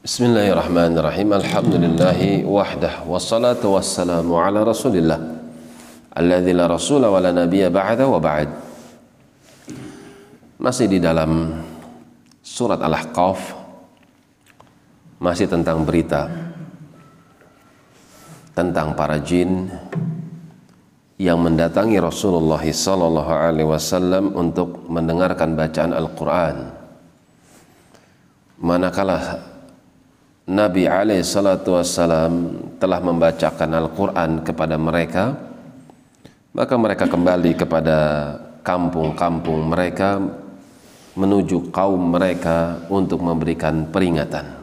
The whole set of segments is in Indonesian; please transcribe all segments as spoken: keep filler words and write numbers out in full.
Bismillahirrahmanirrahim. Alhamdulillahi wahdah wassalatu wassalamu ala Rasulillah alladzi la rasula wa la nabiyya ba'da wa ba'd. Masih di dalam surat Al-Ahqaf, masih tentang berita tentang para jin yang mendatangi Rasulullah sallallahu alaihi wasallam untuk mendengarkan bacaan Al-Quran. Manakala Nabi alaihi salatu wassalam telah membacakan Al-Quran kepada mereka, maka mereka kembali kepada kampung-kampung mereka, menuju kaum mereka untuk memberikan peringatan.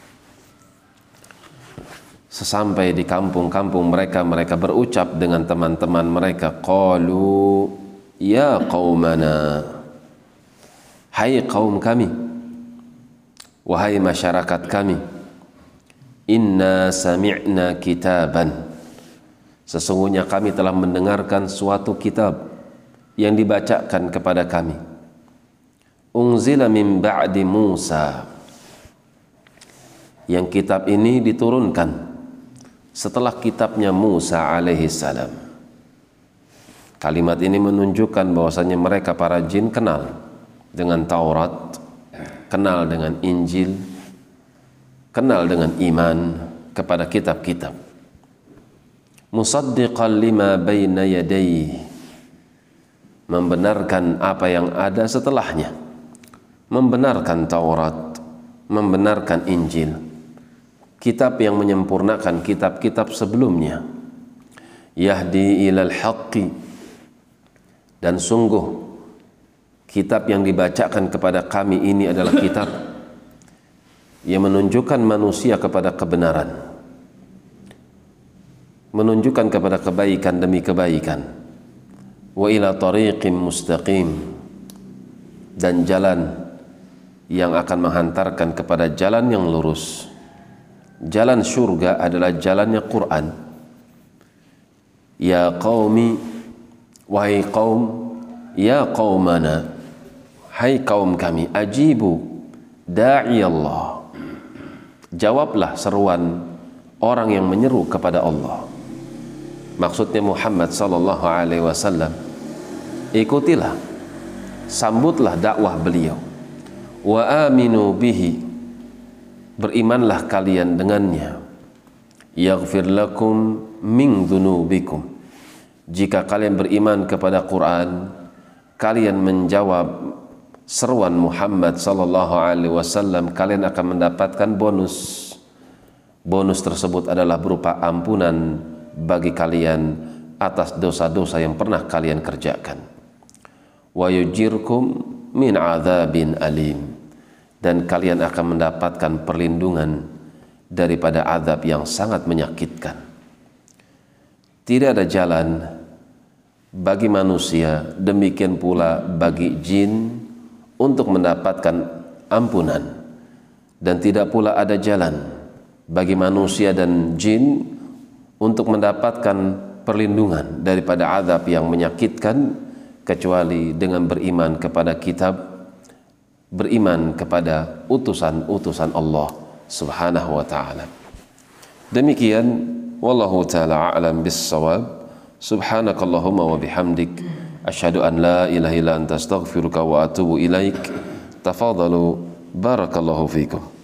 Sesampai di kampung-kampung mereka, mereka berucap dengan teman-teman mereka, qalu ya qaumana, hai kaum kami, wahai masyarakat kami, inna sami'na kitaban, sesungguhnya kami telah mendengarkan suatu kitab yang dibacakan kepada kami, unzila min ba'di Musa, yang kitab ini diturunkan setelah kitabnya Musa alaihi salam. Kalimat ini menunjukkan bahwasanya mereka para jin kenal dengan Taurat, kenal dengan Injil, kenal dengan iman kepada kitab-kitab. Musaddiqan lima baina yadayhi, membenarkan apa yang ada setelahnya, membenarkan Taurat, membenarkan Injil, kitab yang menyempurnakan kitab-kitab sebelumnya. Yahdi ilal haqqi, dan sungguh kitab yang dibacakan kepada kami ini adalah kitab yang menunjukkan manusia kepada kebenaran, menunjukkan kepada kebaikan demi kebaikan. Wa ila tariqim mustaqim, dan jalan yang akan menghantarkan kepada jalan yang lurus. Jalan surga adalah jalannya Quran. Ya qaumi, wahai kaum, ya qaumana, hai kaum kami, ajibu da'i Allah, jawablah seruan orang yang menyeru kepada Allah. Maksudnya Muhammad sallallahu alaihi wasallam, ikutilah, sambutlah dakwah beliau. Wa aminu bihi, berimanlah kalian dengannya. Yaghfir lakum min dzunubikum, jika kalian beriman kepada Quran, kalian menjawab seruan Muhammad sallallahu alaihi wasallam, kalian akan mendapatkan bonus. Bonus tersebut adalah berupa ampunan bagi kalian atas dosa-dosa yang pernah kalian kerjakan. Wa yujirkum min adzabin alim, dan kalian akan mendapatkan perlindungan daripada azab yang sangat menyakitkan. Tidak ada jalan bagi manusia, demikian pula bagi jin, untuk mendapatkan ampunan, dan tidak pula ada jalan bagi manusia dan jin untuk mendapatkan perlindungan daripada azab yang menyakitkan, kecuali dengan beriman kepada kitab, beriman kepada utusan-utusan Allah subhanahu wa ta'ala. Demikian, wallahu ta'ala a'lam bis-shawab. Subhanakallahumma wa bihamdik, asyhadu an la ilaha illa anta astaghfiruka wa atubu ilaik. Tafadalu, barakallahu fikum.